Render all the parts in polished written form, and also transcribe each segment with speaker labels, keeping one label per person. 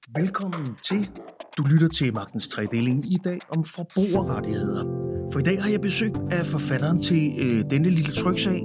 Speaker 1: Velkommen til. Du lytter til Magtens Tredeling i dag om forbrugerrettigheder. For i dag har jeg besøg af forfatteren til denne lille tryksag.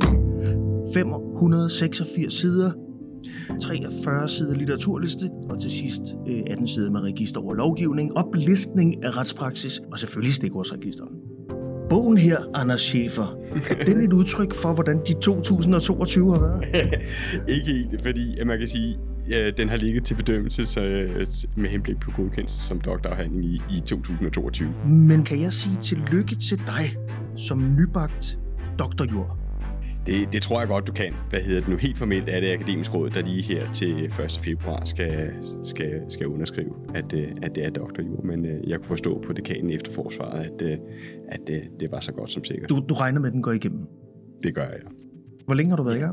Speaker 1: 586 sider, 43 sider litteraturliste, og til sidst 18 sider med register over lovgivning, oplistning af retspraksis og selvfølgelig stikordsregister. Bogen her, Anders Schäfer, er den et udtryk for, hvordan de 2022 har været?
Speaker 2: Ikke helt, fordi man kan sige, den har ligget til bedømmelse med henblik på godkendelse som doktorafhandling i 2022.
Speaker 1: Men kan jeg sige tillykke til dig som nybagt doktorjur?
Speaker 2: Det tror jeg godt, du kan. Helt formelt er det Akademisk Råd, der lige her til 1. februar skal underskrive, at det er doktorjur. Men jeg kunne forstå på dekanen efter forsvaret, at det var så godt som sikkert.
Speaker 1: Du regner med, at den går igennem?
Speaker 2: Det gør jeg.
Speaker 1: Hvor længe har du været i gang?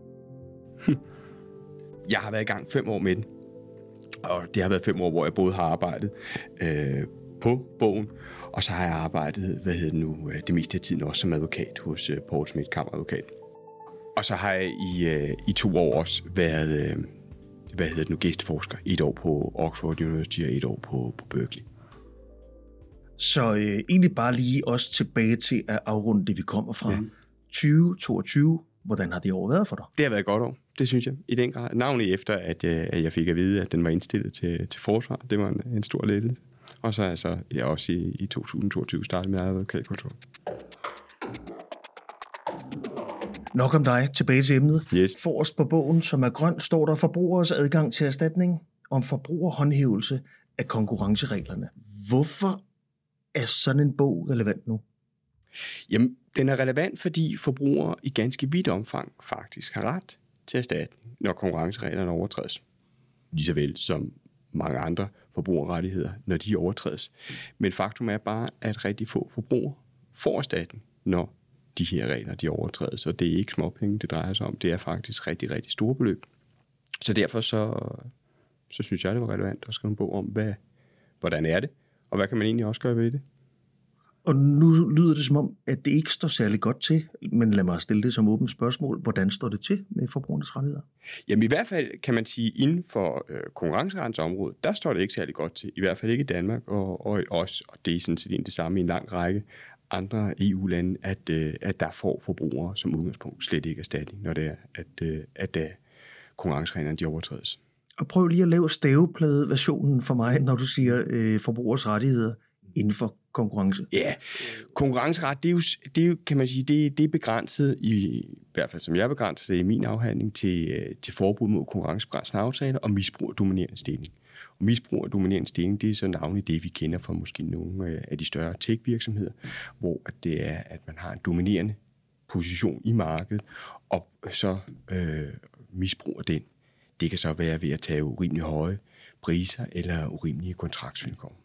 Speaker 2: Jeg har været i gang 5 år med den. Og det har været 5 år, hvor jeg både har arbejdet på bogen, og så har jeg arbejdet, det meste af tiden også som advokat hos Poul Schmidt, kammeradvokat. Og så har jeg i 2 år også været, gæsteforsker. 1 år på Oxford University og 1 år på Berkeley.
Speaker 1: Så egentlig bare lige også tilbage til at afrunde det, vi kommer fra. 2022, hvordan har det år været for dig?
Speaker 2: Det har været et godt år, det synes jeg, i den grad. Navnlig efter, at jeg fik at vide, at den var indstillet til forsvar. Det var en stor lettelse. Og så er jeg også i 2022 startet med advokatkontor.
Speaker 1: Nok om dig, tilbage til emnet.
Speaker 2: Yes.
Speaker 1: Forrest på bogen, som er grøn, står der forbrugers adgang til erstatning om forbrugerhåndhævelse af konkurrencereglerne. Hvorfor er sådan en bog relevant nu?
Speaker 2: Jamen, den er relevant, fordi forbrugere i ganske vidt omfang faktisk har ret til erstatning, når konkurrencereglerne overtrædes. Ligeså vel som mange andre forbrugerrettigheder, når de overtrædes. Men faktum er bare, at rigtig få forbrugere får erstatning, når de her regler de overtrædes. Og det er ikke småpenge, det drejer sig om. Det er faktisk rigtig, rigtig store beløb. Så derfor så synes jeg, det var relevant at skrive en bog om, hvordan er det, og hvad kan man egentlig også gøre ved det.
Speaker 1: Og nu lyder det som om, at det ikke står særlig godt til, men lad mig stille det som åbent spørgsmål. Hvordan står det til med forbrugernes rettigheder?
Speaker 2: Jamen i hvert fald kan man sige, inden for konkurrencerettens område, der står det ikke særlig godt til. I hvert fald ikke i Danmark og os, og det er sådan set det samme i en lang række andre EU-lande, at der får forbrugere som udgangspunkt slet ikke erstatning, når det er, at konkurrencereglerne de overtrædes. Og
Speaker 1: prøv lige at lave staveplade-versionen for mig, når du siger forbrugers rettigheder inden for konkurrence.
Speaker 2: Ja, konkurrenceret, det er jo, kan man sige, det er begrænset, i hvert fald som jeg begrænser det i min afhandling, til forbud mod konkurrencebegrænsende aftaler og misbrug af dominerende stilling. Og misbrug af dominerende stilling, det er så navnlig det, vi kender fra måske nogle af de større tech-virksomheder, hvor det er, at man har en dominerende position i markedet, og så misbruger den. Det kan så være ved at tage urimelig høje priser eller urimelige kontraktvilkår.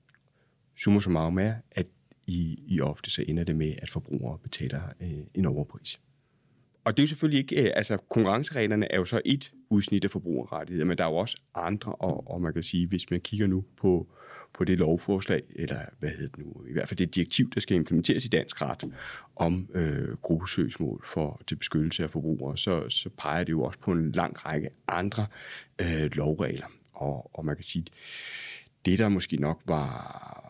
Speaker 2: Summa summarum er, at i ofte så ender det med, at forbrugere betaler en overpris. Og det er jo selvfølgelig ikke, konkurrencereglerne er jo så et udsnit af forbrugerrettigheder, men der er jo også andre, og man kan sige, hvis man kigger nu på det lovforslag, eller i hvert fald det direktiv, der skal implementeres i dansk ret om gruppesøgsmål til beskyttelse af forbrugere, så peger det jo også på en lang række andre lovregler. Og man kan sige, det der måske nok var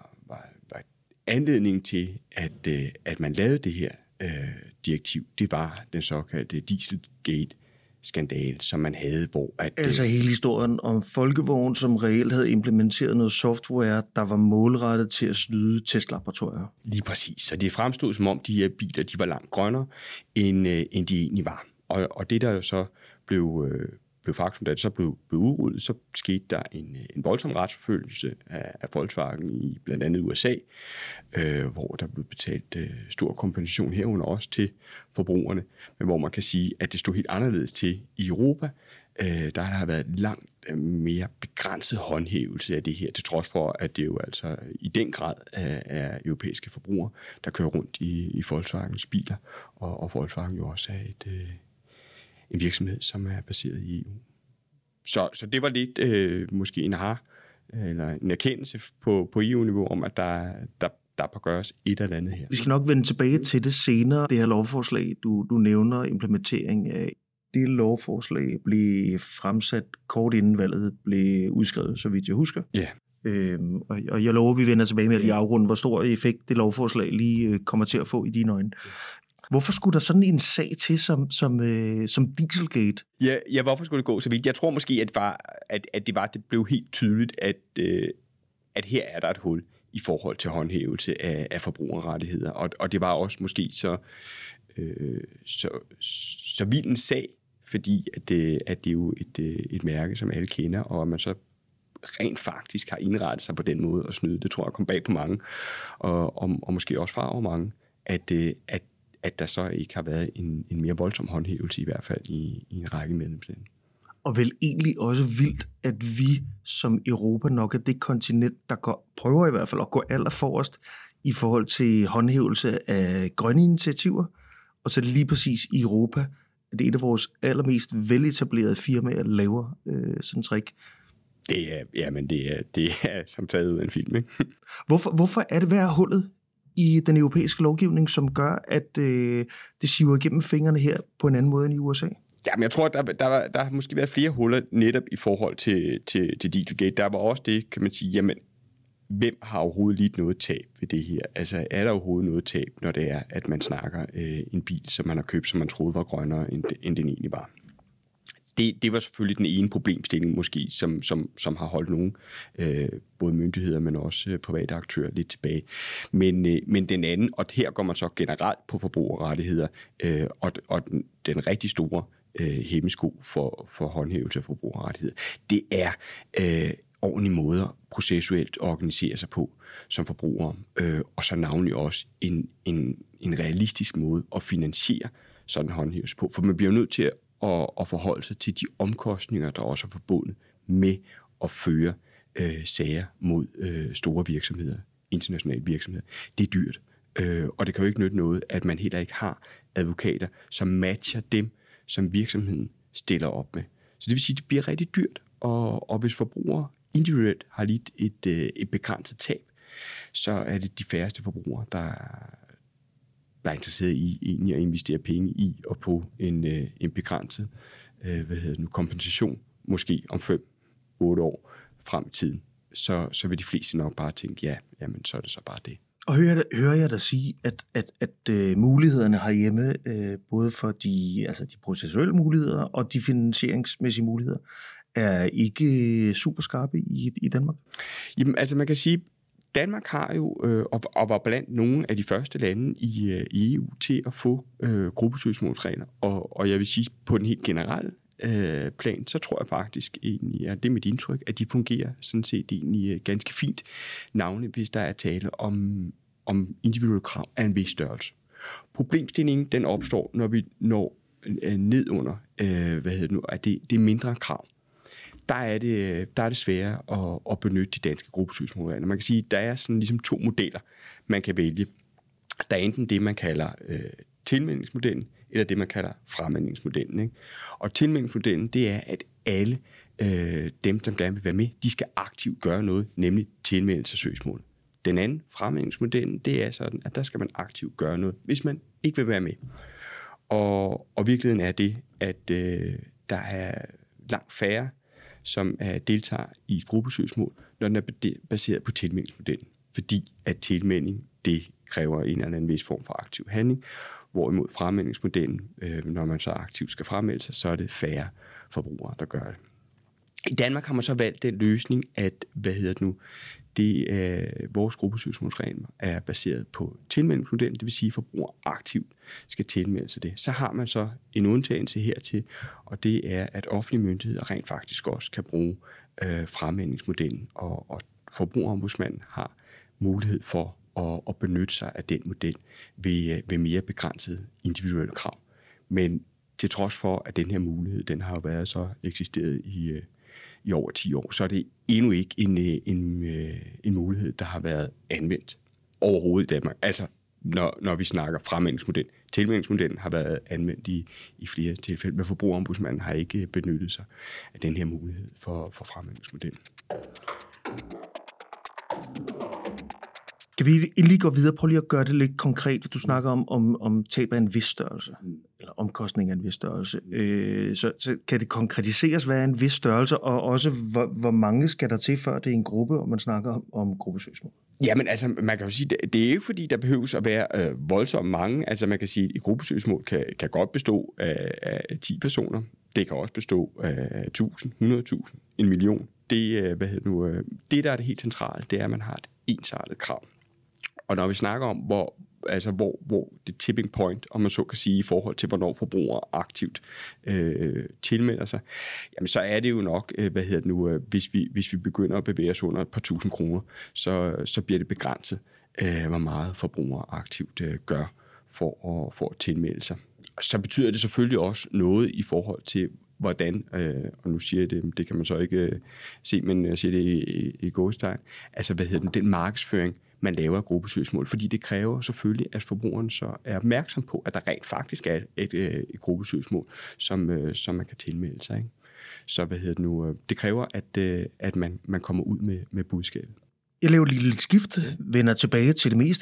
Speaker 2: anledningen til, at man lavede det her direktiv, det var den såkaldte Dieselgate-skandale, som man havde, hvor
Speaker 1: altså hele historien om Folkevogn, som reelt havde implementeret noget software, der var målrettet til at snyde testlaboratorier.
Speaker 2: Lige præcis. Så det fremstod som om, de her biler, de var langt grønnere, end de egentlig var. Og det der jo så blev faktum, da det så blev udrullet, så skete der en voldsom retsforfølgelse af Volkswagen i blandt andet USA, hvor der blev betalt stor kompensation herunder også til forbrugerne, men hvor man kan sige, at det stod helt anderledes til i Europa. Der har været langt mere begrænset håndhævelse af det her, til trods for, at det jo altså i den grad er europæiske forbrugere, der kører rundt i Volkswagens biler, og Volkswagen jo også er en virksomhed, som er baseret i EU. Så det var lidt måske eller en erkendelse på EU-niveau om, at der bør gøres et eller andet her.
Speaker 1: Vi skal nok vende tilbage til det senere, det her lovforslag, du nævner implementering af det lovforslag blev fremsat kort inden valget blev udskrevet, så vidt jeg husker.
Speaker 2: Ja.
Speaker 1: Og jeg lover, at vi vender tilbage med lige afrunden, hvor stor effekt det lovforslag lige kommer til at få i dine øjne. Hvorfor skulle der sådan en sag til som Dieselgate?
Speaker 2: Ja, hvorfor skulle det gå så vidt? Jeg tror måske, at det blev helt tydeligt, at her er der et hul i forhold til håndhævelse af forbrugerrettigheder. Og det var også måske så vild en sag, fordi at det er jo et mærke, som alle kender, og man så rent faktisk har indrettet sig på den måde at snyde. Det tror jeg kom bag på mange, og måske også fra over mange, at der så ikke har været en mere voldsom håndhævelse, i hvert fald i en række medlemslande.
Speaker 1: Og vel egentlig også vildt, at vi som Europa nok er det kontinent, der prøver i hvert fald at gå allerforrest i forhold til håndhævelse af grønne initiativer, og så er det lige præcis i Europa, at det er et af vores allermest veletablerede firmaer, der laver sådan en trick.
Speaker 2: Det er som taget ud af en film, ikke?
Speaker 1: Hvorfor er det hver hullet i den europæiske lovgivning, som gør, at det siver igennem fingrene her på en anden måde end i USA?
Speaker 2: Jamen, jeg tror, at der har måske været flere huller netop i forhold til Dieselgate. Der var også det, kan man sige, jamen, hvem har overhovedet lidt noget tab ved det her? Altså, er der overhovedet noget tab, når det er, at man snakker en bil, som man har købt, som man troede var grønnere, end den egentlig var? Det var selvfølgelig den ene problemstilling måske, som har holdt nogen, både myndigheder, men også private aktører lidt tilbage. Men den anden, og her går man så generelt på forbrugerrettigheder, og den rigtig store hæmmesko for håndhævelse af forbrugerrettigheder, det er ordentlige måder processuelt at organisere sig på som forbrugere, og så navnlig også en realistisk måde at finansiere sådan en håndhævelse på. For man bliver nødt til at forholde sig til de omkostninger, der også er forbundet med at føre sager mod store virksomheder, internationale virksomheder. Det er dyrt, og det kan jo ikke nytte noget, at man heller ikke har advokater, som matcher dem, som virksomheden stiller op med. Så det vil sige, at det bliver rigtig dyrt, og hvis forbrugere individuelt har lidt et begrænset tab, så er det de færreste forbrugere, der er interesseret i at investere penge i og på en begrænset kompensation, måske om 5-8 år frem i tiden, så vil de fleste nok bare tænke, jamen så er det så bare det.
Speaker 1: Og hører jeg dig sige, at mulighederne herhjemme, både for de processuelle muligheder og de finansieringsmæssige muligheder, er ikke super skarpe i Danmark?
Speaker 2: Jamen, altså man kan sige, Danmark har jo, og var blandt nogle af de første lande i EU til at få gruppesøgsmålsregler, og jeg vil sige, på den helt generelle plan, så tror jeg faktisk egentlig, at det er mit indtryk, at de fungerer sådan set egentlig ganske fint, navnlig hvis der er tale om individuelle krav af en vis størrelse. Problemstillingen, den opstår, når vi når ned under, at det er mindre krav. Der er det sværere at benytte de danske gruppesøgsmålsregler. Man kan sige, at der er sådan ligesom 2 modeller, man kan vælge. Der er enten det, man kalder tilmeldingsmodellen, eller det, man kalder frameldingsmodellen. Ikke? Og tilmeldingsmodellen, det er, at alle dem, som gerne vil være med, de skal aktivt gøre noget, nemlig tilmelde sig søgsmål. Den anden, frameldingsmodellen, det er sådan, at der skal man aktivt gøre noget, hvis man ikke vil være med. Og virkeligheden er det, at der er langt færre, som deltager i et gruppesøgsmål, når den er baseret på tilmeldingsmodellen. Fordi at tilmelding, det kræver en eller anden vis form for aktiv handling, hvorimod frameldingsmodellen, når man så aktivt skal fremmelde sig, så er det færre forbrugere, der gør det. I Danmark har man så valgt den løsning, at vores gruppesøgsmålsregler er baseret på tilmeldingsmodellen, det vil sige, at forbrugere aktivt skal tilmelde sig det. Så har man så en undtagelse hertil, og det er, at offentlige myndigheder rent faktisk også kan bruge frameldingsmodellen, og forbrugerombudsmanden har mulighed for at benytte sig af den model ved mere begrænsede individuelle krav. Men til trods for, at den her mulighed, den har jo været så eksisteret i over 10 år, så er det endnu ikke en mulighed, der har været anvendt overhovedet i Danmark. Altså, når vi snakker frameldingsmodel. Tilmeldingsmodellen har været anvendt i flere tilfælde, men forbrugerombudsmanden har ikke benyttet sig af den her mulighed for frameldingsmodellen.
Speaker 1: Kan vi lige gå videre? Prøv lige at gøre det lidt konkret, hvis du snakker om tab af en vis størrelse, eller omkostninger af en vis størrelse. Så kan det konkretiseres, hvad er en vis størrelse, og også hvor mange skal der til, før det er en gruppe, og man snakker om gruppesøgsmål?
Speaker 2: Jamen altså, man kan jo sige, det er ikke fordi, der behøves at være voldsomt mange. Altså man kan sige, at et gruppesøgsmål kan godt bestå af 10 personer. Det kan også bestå af 1000, 100.000, 1 million. Det, det, der er det helt centrale, det er, at man har et ensartet krav. Og når vi snakker om, hvor det tipping point, om man så kan sige, i forhold til, hvornår forbrugere aktivt tilmelder sig, jamen så er det jo nok, hvis vi begynder at bevæge os under et par tusind kroner, så bliver det begrænset, hvor meget forbrugere aktivt gør for at tilmelde sig. Så betyder det selvfølgelig også noget i forhold til, hvordan, og nu siger jeg det kan man så ikke se, men jeg siger det i gåsetegn, altså den markedsføring, man laver af gruppesøgsmål, fordi det kræver selvfølgelig, at forbrugeren så er opmærksom på, at der rent faktisk er et gruppesøgsmål, som man kan tilmelde sig. Ikke? Så det kræver, at man kommer ud med budskabet.
Speaker 1: Jeg laver lige lidt skift, vender tilbage til det meste.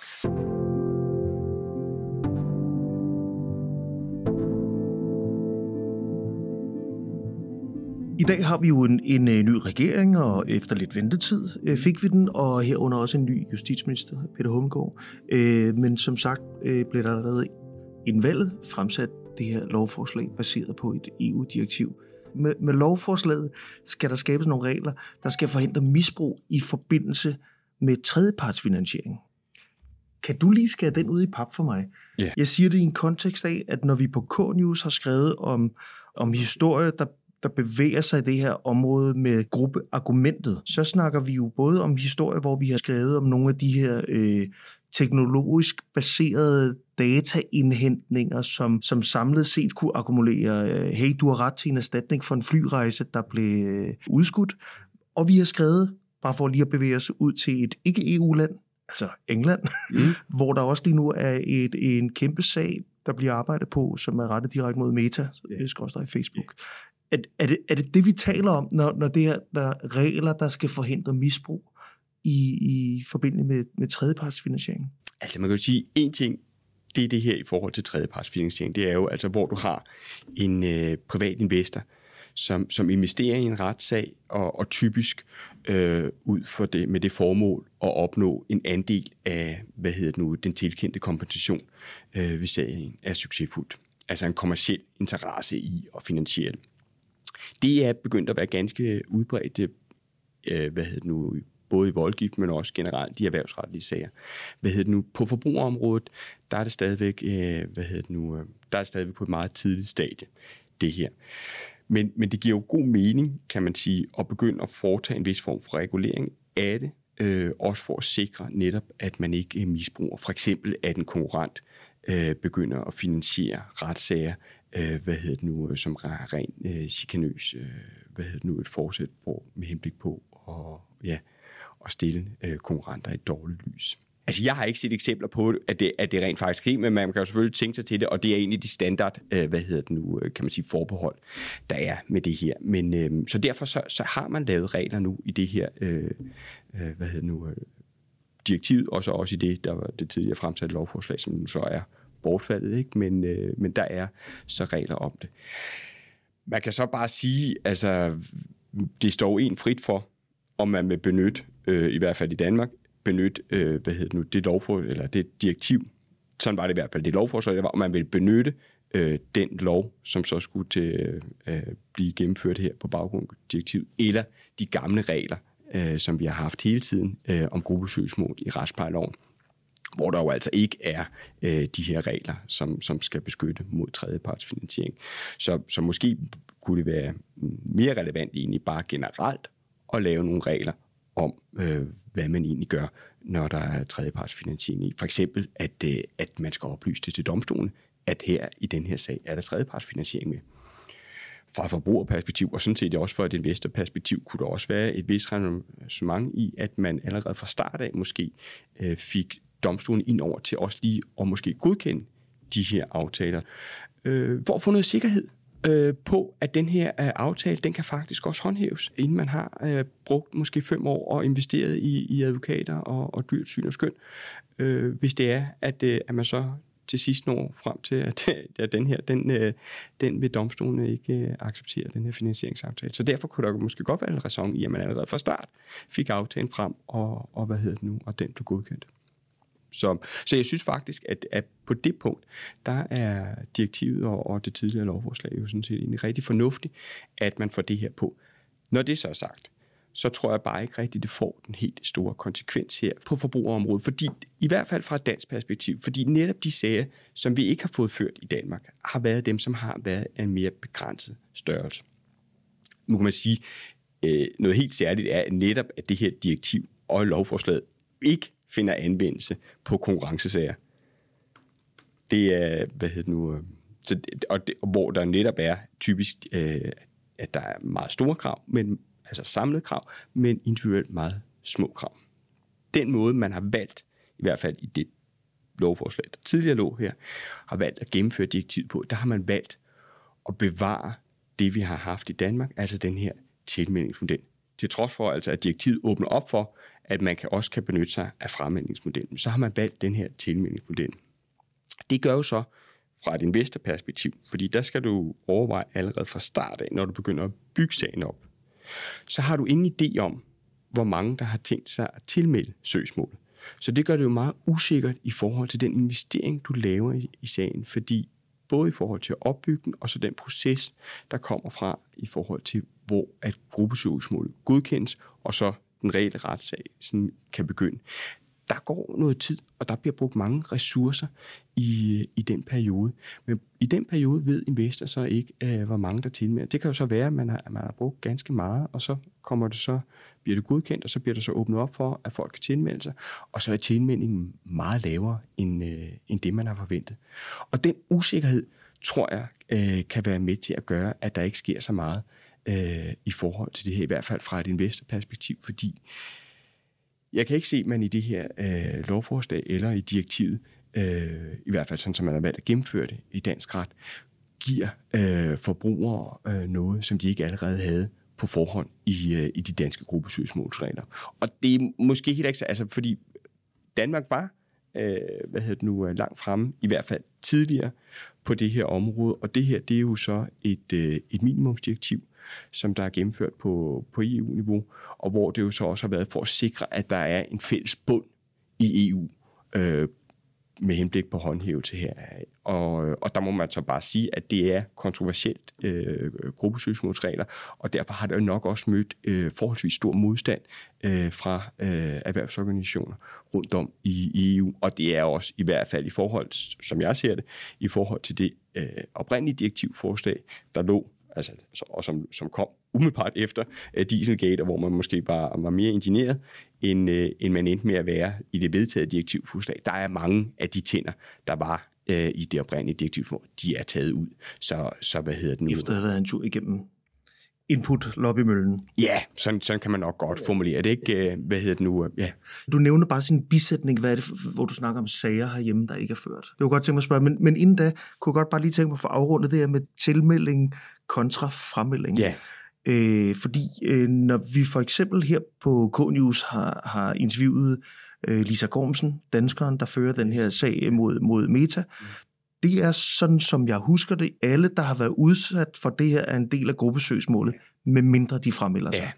Speaker 1: I dag har vi jo en ny regering, og efter lidt ventetid fik vi den, og herunder også en ny justitsminister, Peter Hummelgaard. Men som sagt blev der allerede inden valget fremsat det her lovforslag baseret på et EU-direktiv. Med lovforslaget skal der skabes nogle regler, der skal forhindre misbrug i forbindelse med tredjepartsfinansiering. Kan du lige skære den ud i pap for mig?
Speaker 2: Yeah.
Speaker 1: Jeg siger det i en kontekst af, at når vi på K-News har skrevet om historier, der bevæger sig i det her område med gruppeargumentet, så snakker vi jo både om historier, hvor vi har skrevet om nogle af de her teknologisk baserede dataindhentninger, som samlet set kunne akkumulere, hey, du har ret til en erstatning for en flyrejse, der blev udskudt. Og vi har skrevet, bare for lige at bevæge os ud til et ikke-EU-land, altså England, hvor der også lige nu er en kæmpe sag, der bliver arbejdet på, som er rettet direkte mod Meta, i Facebook. Er det, vi taler om, når det er der regler, der skal forhindre misbrug i forbindelse med tredjepartsfinansiering?
Speaker 2: Altså man kan jo sige, en ting, det er det her i forhold til tredjepartsfinansiering, det er jo altså, hvor du har en privat investor, som investerer i en retssag, og typisk ud for det, med det formål at opnå en andel af, den tilkendte kompensation, hvis sagen er succesfuldt. Altså en kommerciel interesse i at finansiere det. Det er begyndt at være ganske udbredt, både i voldgift, men også generelt de erhvervsretlige sager. På forbrugerområdet, der er det stadigvæk, på et meget tidligt stadie, det her. Men det giver jo god mening, kan man sige, at begynde at foretage en vis form for regulering af det, også for at sikre netop, at man ikke misbruger. For eksempel, at en konkurrent begynder at finansiere retssager, som rent chikanøs, et forsæt med henblik på at stille konkurrenter i et dårligt lys. Altså, jeg har ikke set eksempler på, at det rent faktisk sker, men man kan jo selvfølgelig tænke sig til det, og det er egentlig de standard, kan man sige, forbehold, der er med det her. Men så derfor så har man lavet regler nu i det her, direktivet, og så også i det, der var det tidligere fremsatte lovforslag, som nu så er bortfaldet, ikke? Men der er så regler om det. Man kan så bare sige, altså, det står en frit for, om man vil benytte, i hvert fald i Danmark, det lovforslag, eller det direktiv, sådan var det i hvert fald det lovforslag, der var, om man vil benytte den lov, som så skulle til blive gennemført her på baggrund af direktivet, eller de gamle regler, som vi har haft hele tiden om gruppesøgsmål i retsplejeloven, hvor der jo altså ikke er de her regler, som skal beskytte mod tredjepartsfinansiering. Så måske kunne det være mere relevant egentlig bare generelt at lave nogle regler om, hvad man egentlig gør, når der er tredjepartsfinansiering i. For eksempel, at man skal oplyse det til domstolen, at her i den her sag er der tredjepartsfinansiering med. Fra et forbrugerperspektiv, og sådan set også fra et investorperspektiv, kunne der også være et vis renoncement i, at man allerede fra start af måske fik domstolen ind over til også lige at måske godkende de her aftaler. For at få noget sikkerhed på, at den her aftale, den kan faktisk også håndhæves, inden man har brugt måske 5 år og investeret i advokater og dyrt syn og skøn. Hvis det er, at man så til sidst når frem til, at den vil domstolen ikke acceptere, den her finansieringsaftale. Så derfor kunne der måske godt være en ræson i, at man allerede fra start fik aftalen frem, og og den blev godkendt. Så jeg synes faktisk, at på det punkt, der er direktivet og det tidligere lovforslag jo sådan set egentlig rigtig fornuftigt, at man får det her på. Når det så er sagt, så tror jeg bare ikke rigtigt, det får den helt store konsekvens her på forbrugerområdet. Fordi, i hvert fald fra et dansk perspektiv, fordi netop de sager, som vi ikke har fået ført i Danmark, har været dem, som har været af en mere begrænset størrelse. Nu kan man sige, noget helt særligt er netop, at det her direktiv og lovforslaget ikke finder anvendelse på konkurrencesager. Det er, hvor der netop er typisk, at der er meget store krav, men altså samlede krav, men individuelt meget små krav. Den måde, man har valgt, i hvert fald i det lovforslag, der tidligere lå her, har valgt at gennemføre direktivet på, der har man valgt at bevare det, vi har haft i Danmark, altså den her tilmeldingsmodel. Til trods for, altså, at direktivet åbner op for, at man også kan benytte sig af frameldingsmodellen, så har man valgt den her tilmeldingsmodel. Det gør jo så fra et investorperspektiv, fordi der skal du overveje allerede fra start af, når du begynder at bygge sagen op. Så har du ingen idé om, hvor mange der har tænkt sig at tilmelde søgsmålet. Så det gør det jo meget usikkert i forhold til den investering, du laver i sagen, fordi både i forhold til opbygningen og så den proces, der kommer fra i forhold til, hvor at gruppesøgsmålet godkendes, og så den reelle retssag sådan kan begynde. Der går noget tid, og der bliver brugt mange ressourcer i den periode. Men i den periode ved investor så ikke, hvor mange der tilmelder. Det kan jo så være, at man har brugt ganske meget, og så bliver det godkendt, og så bliver der så åbnet op for, at folk kan tilmelde sig, og så er tilmeldingen meget lavere end det, man har forventet. Og den usikkerhed, tror jeg, kan være med til at gøre, at der ikke sker så meget i forhold til det her, i hvert fald fra et investorperspektiv, fordi jeg kan ikke se, at man i det her lovforslag eller i direktivet, i hvert fald sådan, som man har valgt at gennemføre det i dansk ret, giver forbrugere noget, som de ikke allerede havde på forhånd i de danske gruppesøgsmålsregler. Og det er måske helt ikke, altså fordi Danmark var langt fremme, i hvert fald tidligere på det her område, og det her, det er jo så et minimumsdirektiv, som der er gennemført på EU-niveau, og hvor det jo så også har været for at sikre, at der er en fælles bund i EU med henblik på håndhævelse her. Og der må man så bare sige, at det er kontroversielt gruppesøgsmålsregler, og derfor har det jo nok også mødt forholdsvis stor modstand fra erhvervsorganisationer rundt om i EU, og det er også i hvert fald i forhold, som jeg ser det, i forhold til det oprindelige direktivforslag, der lå, altså, og som kom umiddelbart efter Dieselgate, hvor man måske bare var mere indigneret, end man endte med at være i det vedtaget direktivforslag. Der er mange af de tænder, der var i det oprindelige direktivforslag, de er taget ud. Så hvad hedder det nu?
Speaker 1: Efter at have været en tur igennem input-lobbymøllen.
Speaker 2: Ja, sådan kan man nok godt formulere det, ikke? Hvad hedder det nu? Ja.
Speaker 1: Du nævner bare sin bisætning, hvad er det, hvor du snakker om sager herhjemme, der ikke er ført. Det var godt tænke mig at spørge, men inden da, kunne jeg godt bare lige tænke mig at få afrundet det her med tilmelding kontra fremmelding.
Speaker 2: Ja.
Speaker 1: Fordi når vi for eksempel her på K-News har interviewet Lisa Gormsen, danskeren, der fører den her sag mod Meta, det er sådan, som jeg husker det, alle, der har været udsat for det her, er en del af gruppesøgsmålet, medmindre de fremmelder sig.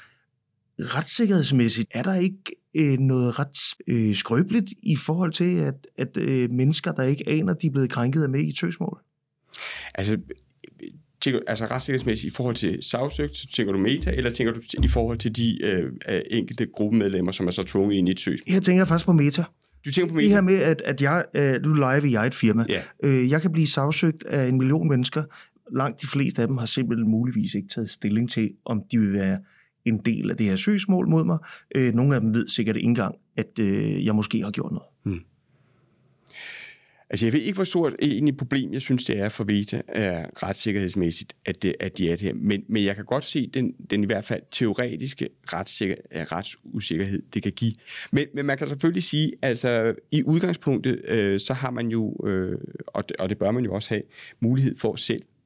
Speaker 1: Ja. Retssikkerhedsmæssigt er der ikke noget ret skrøbeligt i forhold til, at mennesker, der ikke aner, de er blevet krænket af med i et søgsmål?
Speaker 2: Altså retssikkerhedsmæssigt i forhold til sagsøgt, så tænker du Meta, eller tænker du i forhold til de enkelte gruppemedlemmer, som er så tvunget ind i et søgsmål?
Speaker 1: Her tænker jeg faktisk på Meta.
Speaker 2: Du tænker på Meta?
Speaker 1: Det her med, at jeg, nu live i et firma. Yeah. Jeg kan blive sagsøgt af 1 million mennesker. Langt de fleste af dem har simpelthen muligvis ikke taget stilling til, om de vil være en del af det her søgsmål mod mig. Nogle af dem ved sikkert ikke engang, at jeg måske har gjort noget.
Speaker 2: Altså jeg ved ikke, hvor stort egentlig problem, jeg synes, det er for Meta retssikkerhedsmæssigt, at de er det her. Men jeg kan godt se den i hvert fald teoretiske retsusikkerhed, det kan give. Men man kan selvfølgelig sige, altså i udgangspunktet, så har man jo, og det bør man jo også have, mulighed for selv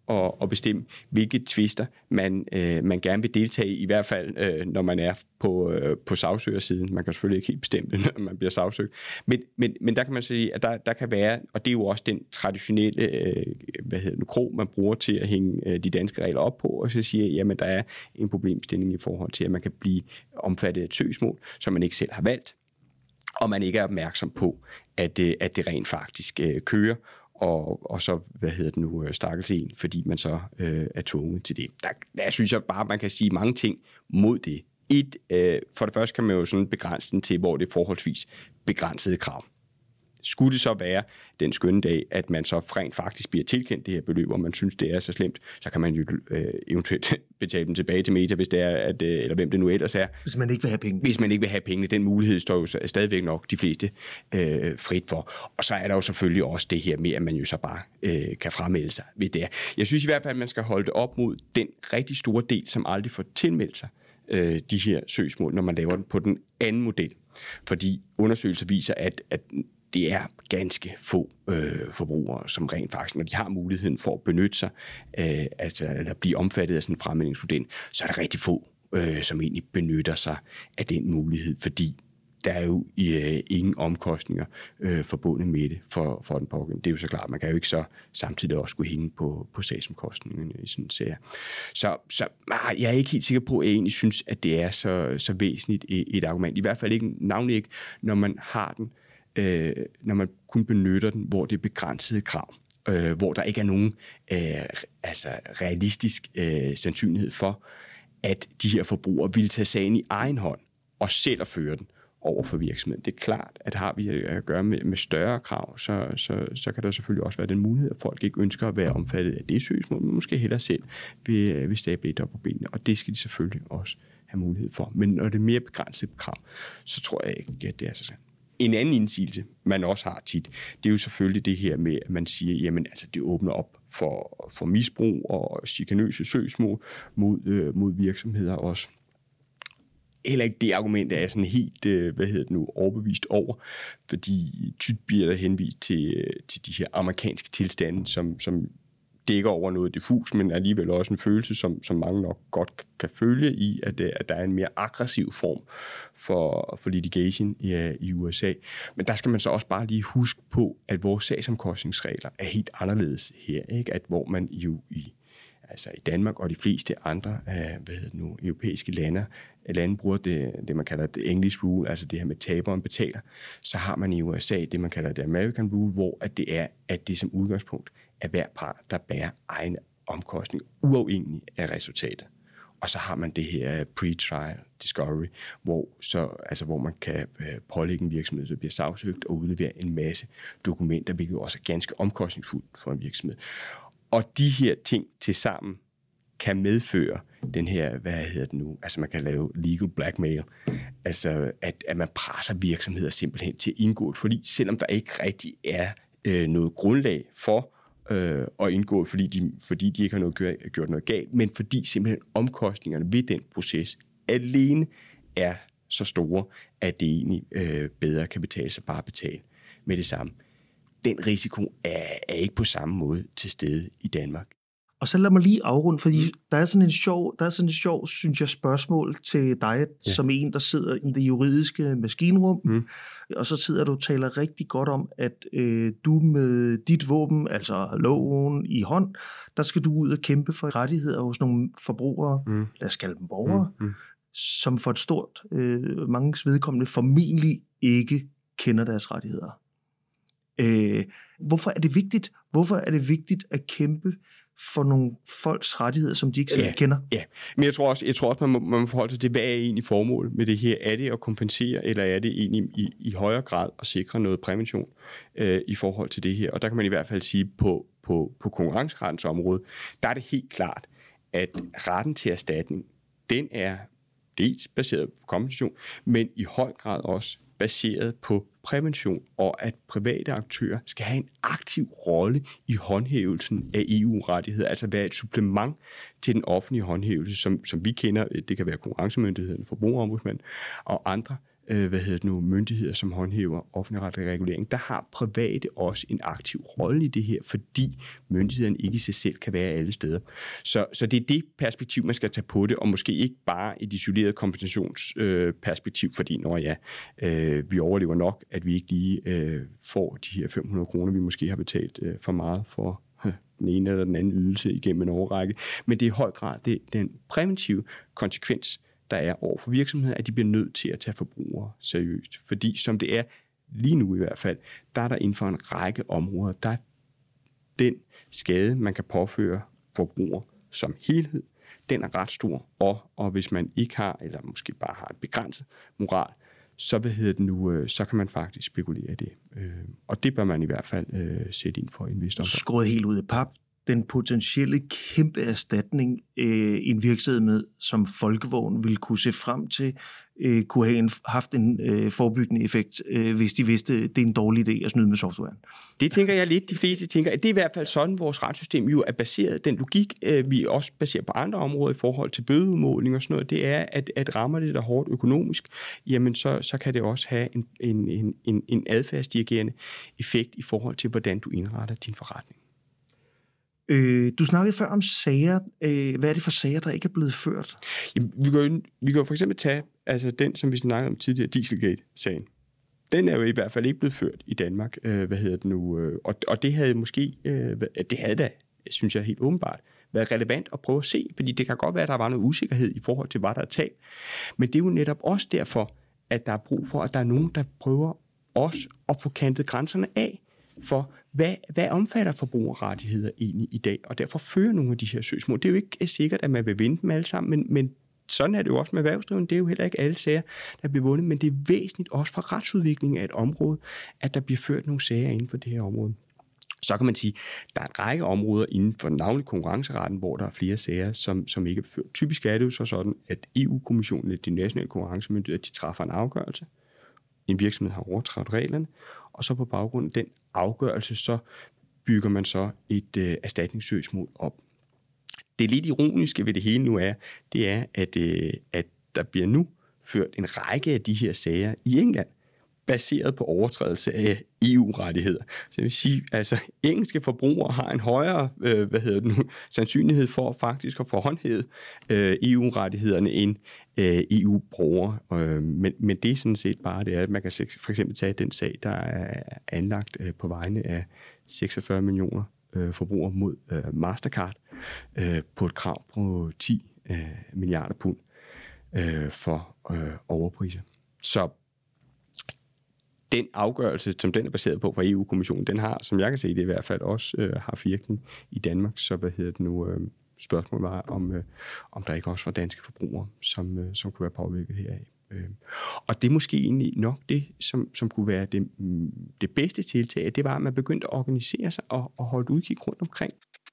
Speaker 2: at bestemme, hvilke tvister man gerne vil deltage i hvert fald når man er på sagsøgersiden. Man kan selvfølgelig ikke helt bestemme det, når man bliver sagsøgt. Men der kan man sige, at der kan være, og det er jo også den traditionelle krog, man bruger til at hænge de danske regler op på, og så siger, jamen der er en problemstilling i forhold til, at man kan blive omfattet af et søgsmål, som man ikke selv har valgt, og man ikke er opmærksom på, at det rent faktisk kører, og så, stakkels en, fordi man så er tvunget til det. Der synes jeg bare, man kan sige mange ting mod det. For det første kan man jo sådan begrænse den til, hvor det er forholdsvis begrænsede krav. Skulle det så være den skønne dag, at man så rent faktisk bliver tilkendt det her beløb, og man synes, det er så slemt, så kan man jo eventuelt betale dem tilbage til Meta, hvis det er, eller hvem det nu ellers er.
Speaker 1: Hvis man ikke vil have penge.
Speaker 2: Hvis man ikke vil have pengene. Den mulighed står jo stadigvæk nok de fleste frit for. Og så er der jo selvfølgelig også det her med, at man jo så bare kan fremmelde sig ved det. Jeg synes i hvert fald, at man skal holde det op mod den rigtig store del, som aldrig får tilmeldt sig de her søgsmål, når man laver den på den anden model. Fordi undersøgelser viser, at det er ganske få forbrugere, som rent faktisk, når de har muligheden for at benytte sig, eller blive omfattet af sådan en fremmeldingsmodel, så er der rigtig få, som egentlig benytter sig af den mulighed, fordi der er jo ingen omkostninger forbundet med det for den pågældende. Det er jo så klart, man kan jo ikke så samtidig også gå hænge på sagsomkostningerne i sådan en sag. Så jeg er ikke helt sikker på, at jeg egentlig synes, at det er så væsentligt et argument. I hvert fald ikke, navnlig ikke, når man har den, når man kun benytter den, hvor det er begrænsede krav, hvor der ikke er nogen realistisk sandsynlighed for, at de her forbrugere vil tage sagen i egen hånd og selv at føre den over for virksomheden. Det er klart, at har vi at gøre med større krav, så kan der selvfølgelig også være den mulighed, at folk ikke ønsker at være omfattet af det søgsmål, men måske hellere selv vil stable et op på benene, og det skal de selvfølgelig også have mulighed for. Men når det er mere begrænset krav, så tror jeg ikke, at det er så sandt. En anden indsigelse, man også har tit, det er jo selvfølgelig det her med, at man siger, jamen altså det åbner op for misbrug og chikanøse søgsmål mod virksomheder også. Heller ikke det argument er sådan helt, overbevist over, fordi tit bliver der henvist til de her amerikanske tilstande, som dækker over noget diffus, men alligevel også en følelse, som mange nok godt kan følge i, at der er en mere aggressiv form for litigation i USA. Men der skal man så også bare lige huske på, at vores sagsomkostningsregler er helt anderledes her, ikke? At hvor man jo i Danmark og de fleste andre europæiske lande bruger det, man kalder det English rule, altså det her med taberen betaler, så har man i USA det, man kalder det American rule, hvor det er, at det som udgangspunkt er hver part, der bærer egne omkostninger, uafhængig af resultatet. Og så har man det her pre-trial discovery, hvor man kan pålægge en virksomhed, der bliver sagsøgt, og udlevere en masse dokumenter, hvilket også er ganske omkostningsfuldt for en virksomhed. Og de her ting til sammen kan medføre den her, man kan lave legal blackmail, altså at man presser virksomheder simpelthen til at indgå, fordi selvom der ikke rigtig er noget grundlag for at indgå, fordi de ikke har gjort noget galt, men fordi simpelthen omkostningerne ved den proces alene er så store, at det egentlig bedre kan betale sig bare at betale med det samme. Den risiko er ikke på samme måde til stede i Danmark.
Speaker 1: Og så lad mig lige afrunde, fordi der er sådan en sjov, synes jeg, spørgsmål til dig, som en, der sidder i det juridiske maskinrum, og så sidder du og taler rigtig godt om, at du med dit våben, altså loven i hånd, der skal du ud og kæmpe for rettigheder hos nogle forbrugere, lad os kalde dem borgere, som for et stort, manges vedkommende formentlig ikke kender deres rettigheder. Hvorfor er det vigtigt? Hvorfor er det vigtigt at kæmpe for nogle folks rettigheder, som de ikke selv kender? Ja,
Speaker 2: men jeg tror også man må forholde sig til, hvad er egentlig formålet med det her? Er det at kompensere, eller er det egentlig i højere grad at sikre noget prævention i forhold til det her? Og der kan man i hvert fald sige, på konkurrencerettens område, der er det helt klart, at retten til erstatning, den er dels baseret på kompensation, men i høj grad også baseret på prævention, og at private aktører skal have en aktiv rolle i håndhævelsen af EU-rettigheder, altså være et supplement til den offentlige håndhævelse, som vi kender. Det kan være konkurrencemyndigheden, forbrugerombudsmanden og andre myndigheder, som håndhæver offentligretlig regulering, der har private også en aktiv rolle i det her, fordi myndighederne ikke i sig selv kan være alle steder. Så det er det perspektiv, man skal tage på det, og måske ikke bare et isoleret kompensationsperspektiv, fordi vi overlever nok, at vi ikke lige får de her 500 kroner, vi måske har betalt for meget for den ene eller den anden ydelse igennem en årrække. Men det er i høj grad den præventive konsekvens, der er over for virksomheder, at de bliver nødt til at tage forbrugere seriøst. Fordi som det er lige nu i hvert fald, der er der inden for en række områder, der er den skade, man kan påføre forbrugere som helhed, den er ret stor. Og hvis man ikke har, eller måske bare har et begrænset moral, så kan man faktisk spekulere i det. Og det bør man i hvert fald sætte ind for en vis omfang.
Speaker 1: Skåret helt ud af pap. Den potentielle kæmpe erstatning en virksomhed som Folkevogn ville kunne se frem til, kunne have haft en forebyggende effekt, hvis de vidste, det er en dårlig idé at snyde med softwaren.
Speaker 2: Det tænker jeg lidt. De fleste tænker, at det er i hvert fald sådan, vores retssystem jo er baseret. Den logik, vi også baserer på andre områder i forhold til bødeudmåling og sådan noget, det er, at rammer det der hårdt økonomisk, jamen så kan det også have en adfærdsdirigerende effekt i forhold til, hvordan du indretter din forretning.
Speaker 1: Du snakkede før om sager. Hvad er det for sager, der ikke er blevet ført?
Speaker 2: Jamen, vi kan for eksempel tage den, som vi snakkede om tidligere, Dieselgate-sagen. Den er jo i hvert fald ikke blevet ført i Danmark. Og det havde måske, det havde da, synes jeg helt åbenbart, været relevant at prøve at se, fordi det kan godt være, at der var noget usikkerhed i forhold til, hvad der er tab. Men det er jo netop også derfor, at der er brug for, at der er nogen, der prøver også at få kantet grænserne af for, hvad omfatter forbrugerrettigheder egentlig i dag, og derfor fører nogle af de her søgsmål. Det er jo ikke sikkert, at man vil vinde dem alle sammen, men sådan er det jo også med erhvervsdrivende. Det er jo heller ikke alle sager, der bliver vundet, men det er væsentligt også for retsudviklingen af et område, at der bliver ført nogle sager inden for det her område. Så kan man sige, at der er en række områder inden for navnlig konkurrenceretten, hvor der er flere sager, som ikke er ført. Typisk er det jo så sådan, at EU-kommissionen, de nationale konkurrencemyndigheder, de træffer en afgørelse. En virksomhed har overtrådt reglerne, og så på baggrund af den afgørelse, så bygger man så et erstatningssøgsmål op. Det lidt ironiske ved det hele nu det er, at der bliver nu ført en række af de her sager i England, baseret på overtrædelse af EU-rettigheder. Så jeg vil sige, altså engelske forbrugere har en højere sandsynlighed for faktisk at få håndhævet EU-rettighederne end EU-borgere. Men det er sådan set bare det, at man kan for eksempel tage den sag, der er anlagt på vegne af 46 millioner forbrugere mod Mastercard på et krav på 10 milliarder pund for overpriser. Så den afgørelse, som den er baseret på fra EU-kommissionen, den har, som jeg kan se det i hvert fald, også haft virkning i Danmark. Så spørgsmålet var, om der ikke også var danske forbrugere, som kunne være påvirket heraf. Og det er måske egentlig nok det, som kunne være det bedste tiltag, det var, at man begyndte at organisere sig og holde udkig rundt omkring.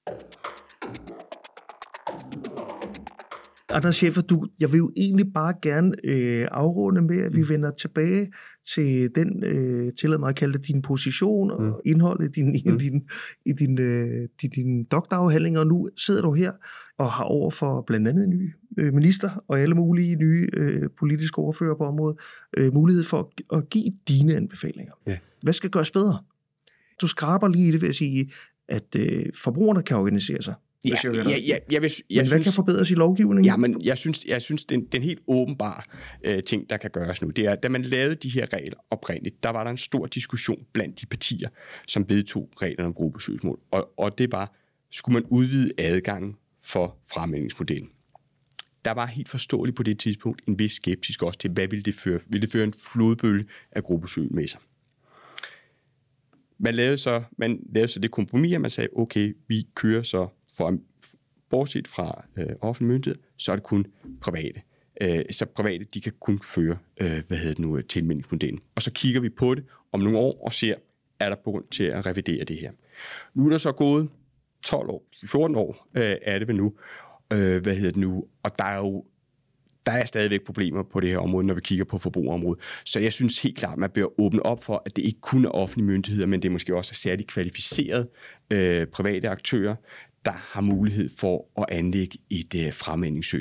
Speaker 1: Anders Schäfer, jeg vil jo egentlig bare gerne afrunde med, at vi vender tilbage til den, tillad mig at kalde det, din position og indholdet i din doktorafhandling, og nu sidder du her og har over for blandt andet en ny minister og alle mulige nye politiske ordfører på området mulighed for at give dine anbefalinger. Ja. Hvad skal gøres bedre? Du skraber lige i det ved at sige, at forbrugerne kan organisere sig. Men hvad kan forbedres i lovgivningen?
Speaker 2: Ja, men jeg synes den helt åbenbare ting, der kan gøres nu, det er, da man lavede de her regler oprindeligt, der var der en stor diskussion blandt de partier, som vedtog reglerne om gruppesøgsmål. Og det var, skulle man udvide adgangen for frameldingsmodellen? Der var helt forståeligt på det tidspunkt en vis skeptisk også til, hvad ville det føre? Ville det føre en flodbølge af gruppesøgsmål med sig? Man lavede så det kompromis, at man sagde, okay, vi kører så bortset fra offentlige myndigheder, så er det kun private. Så private, de kan kun føre tilmeldingsmodellen. Og så kigger vi på det om nogle år og ser, er der på grund til at revidere det her. Nu er der så gået 12 år, 14 år er det vel nu. Og der er stadigvæk problemer på det her område, når vi kigger på forbrugerområdet. Så jeg synes helt klart, at man bør åbne op for, at det ikke kun er offentlige myndigheder, men det er måske også særligt kvalificerede private aktører, der har mulighed for at anlægge et fremmedningssøgsmål.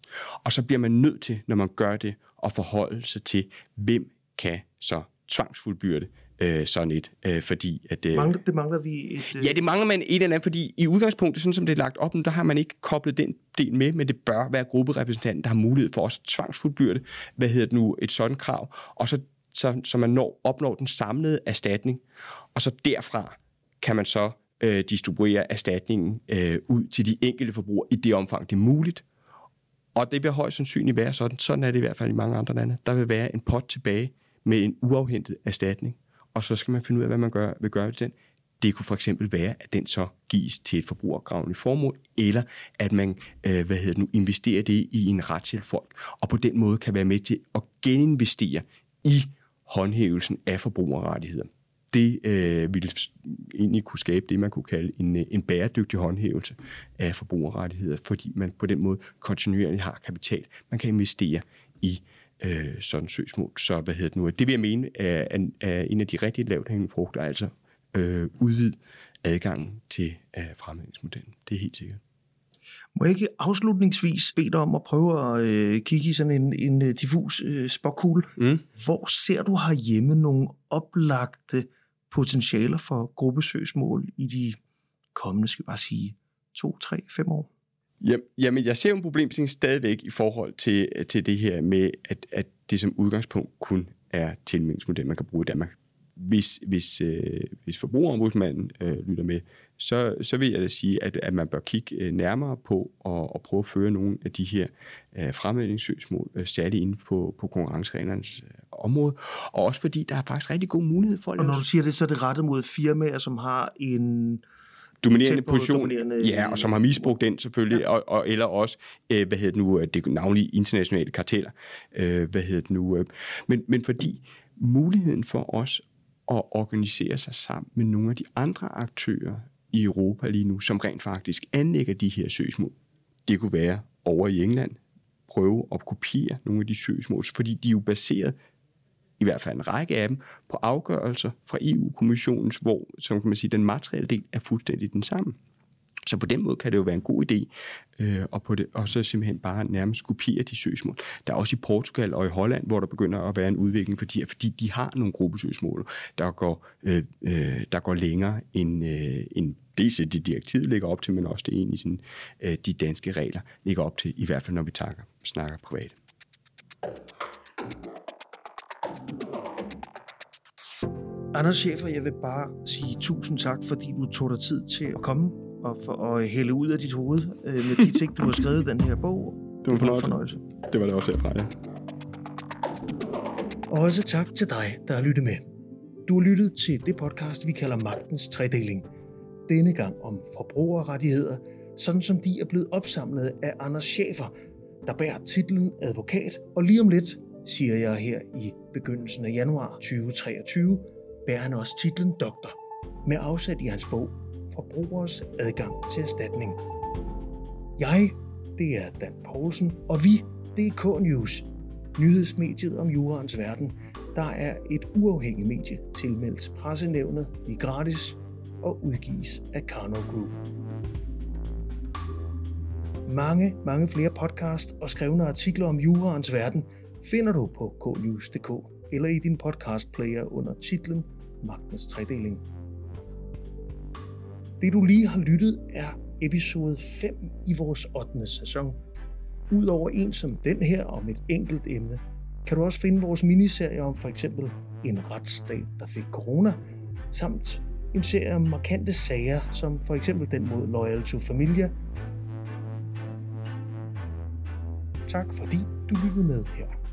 Speaker 2: Og så bliver man nødt til, når man gør det, at forholde sig til, hvem kan så tvangsfuldbyrde sådan et, fordi at...
Speaker 1: Det mangler vi et...
Speaker 2: Ja, det mangler man et eller andet, fordi i udgangspunktet, sådan som det er lagt op nu, der har man ikke koblet den del med, men det bør være grupperepræsentanten, der har mulighed for også tvangsfuldbyrde, et sådan krav, og så man opnår den samlede erstatning, og så derfra kan man så distribuere erstatningen ud til de enkelte forbrugere i det omfang, det er muligt. Og det vil højst sandsynligt være sådan er det i hvert fald i mange andre lande. Der vil være en pot tilbage med en uafhentet erstatning, og så skal man finde ud af, hvad man vil gøre ved den. Det kunne for eksempel være, at den så gives til et forbrugergravende formål, eller at man investerer det i en retshjælpsfond, og på den måde kan være med til at geninvestere i håndhævelsen af forbrugerrettigheder. Det ville egentlig kunne skabe det, man kunne kalde en bæredygtig håndhævelse af forbrugerrettigheder, fordi man på den måde kontinuerligt har kapital. Man kan investere i sådan søgsmål. Så det vil jeg mene er en af de rigtig lavt hængende frugter, altså udvide adgangen til fremhængsmodellen. Det er helt sikkert.
Speaker 1: Må jeg ikke afslutningsvis bede dig om at prøve at kigge i sådan en diffus spåkugle? Hvor ser du herhjemme nogle oplagte potentialer for gruppesøgsmål i de kommende, skal jeg bare sige, 2, 3, 5 år?
Speaker 2: Jamen, jeg ser en problemstilling stadigvæk i forhold til det her med, at det som udgangspunkt kun er tilmeldingsmodel, man kan bruge i Danmark. Hvis forbrugerombudsmanden lytter med, så vil jeg da sige, at man bør kigge nærmere på og prøve at føre nogle af de her fremmeldingssøgsmål, særligt inden på konkurrencereglernes område, og også fordi der er faktisk rigtig god mulighed for at lave.
Speaker 1: Og når du siger det, så er det rettet mod firmaer, som har en
Speaker 2: dominerende position, ja, og som har misbrugt den selvfølgelig, ja. og eller også, det navnlig internationale karteller, men fordi muligheden for os at organisere sig sammen med nogle af de andre aktører i Europa lige nu, som rent faktisk anlægger de her søgsmål. Det kunne være over i England, prøve at kopiere nogle af de søgsmål, fordi de er jo baseret, i hvert fald en række af dem, på afgørelser fra EU-kommissionens, hvor, som kan man sige, den materielle del er fuldstændig den samme. Så på den måde kan det jo være en god idé, og så simpelthen bare nærmest kopiere de søgsmål. Der er også i Portugal og i Holland, hvor der begynder at være en udvikling, fordi de har nogle gruppesøgsmål, der går længere end det direktivet ligger op til, men også det egentlig sådan, de danske regler ligger op til, i hvert fald når vi snakker privat.
Speaker 1: Anders Schäfer, jeg vil bare sige tusind tak, fordi du tog dig tid til at komme og for at hælde ud af dit hoved med de ting, du har skrevet i den her bog.
Speaker 2: Det var en fornøjelse. Det var det også herfra, ja.
Speaker 1: Og også tak til dig, der har lyttet med. Du har lyttet til det podcast, vi kalder Magtens Tredeling. Denne gang om forbrugerrettigheder, sådan som de er blevet opsamlet af Anders Schäfer, der bærer titlen advokat. Og lige om lidt, siger jeg her i begyndelsen af januar 2023, bærer han også titlen doktor, med afsæt i hans bog Forbrugers adgang til erstatning. Jeg, det er Dan Poulsen, og vi, det er K-News, nyhedsmediet om juraens verden, der er et uafhængigt medie tilmeldt Pressenævnet i gratis og udgives af Karnov Group. Mange flere podcast og skrevne artikler om juraens verden finder du på knews.dk eller i din podcastplayer under titlen Magtens Tredeling. Det du lige har lyttet er episode 5 i vores 8. sæson. Udover en som den her om et enkelt emne, kan du også finde vores miniserie om for eksempel en retsstat, der fik corona, samt en serie om markante sager, som for eksempel den mod Loyal to Familia. Tak fordi du lyttede med her.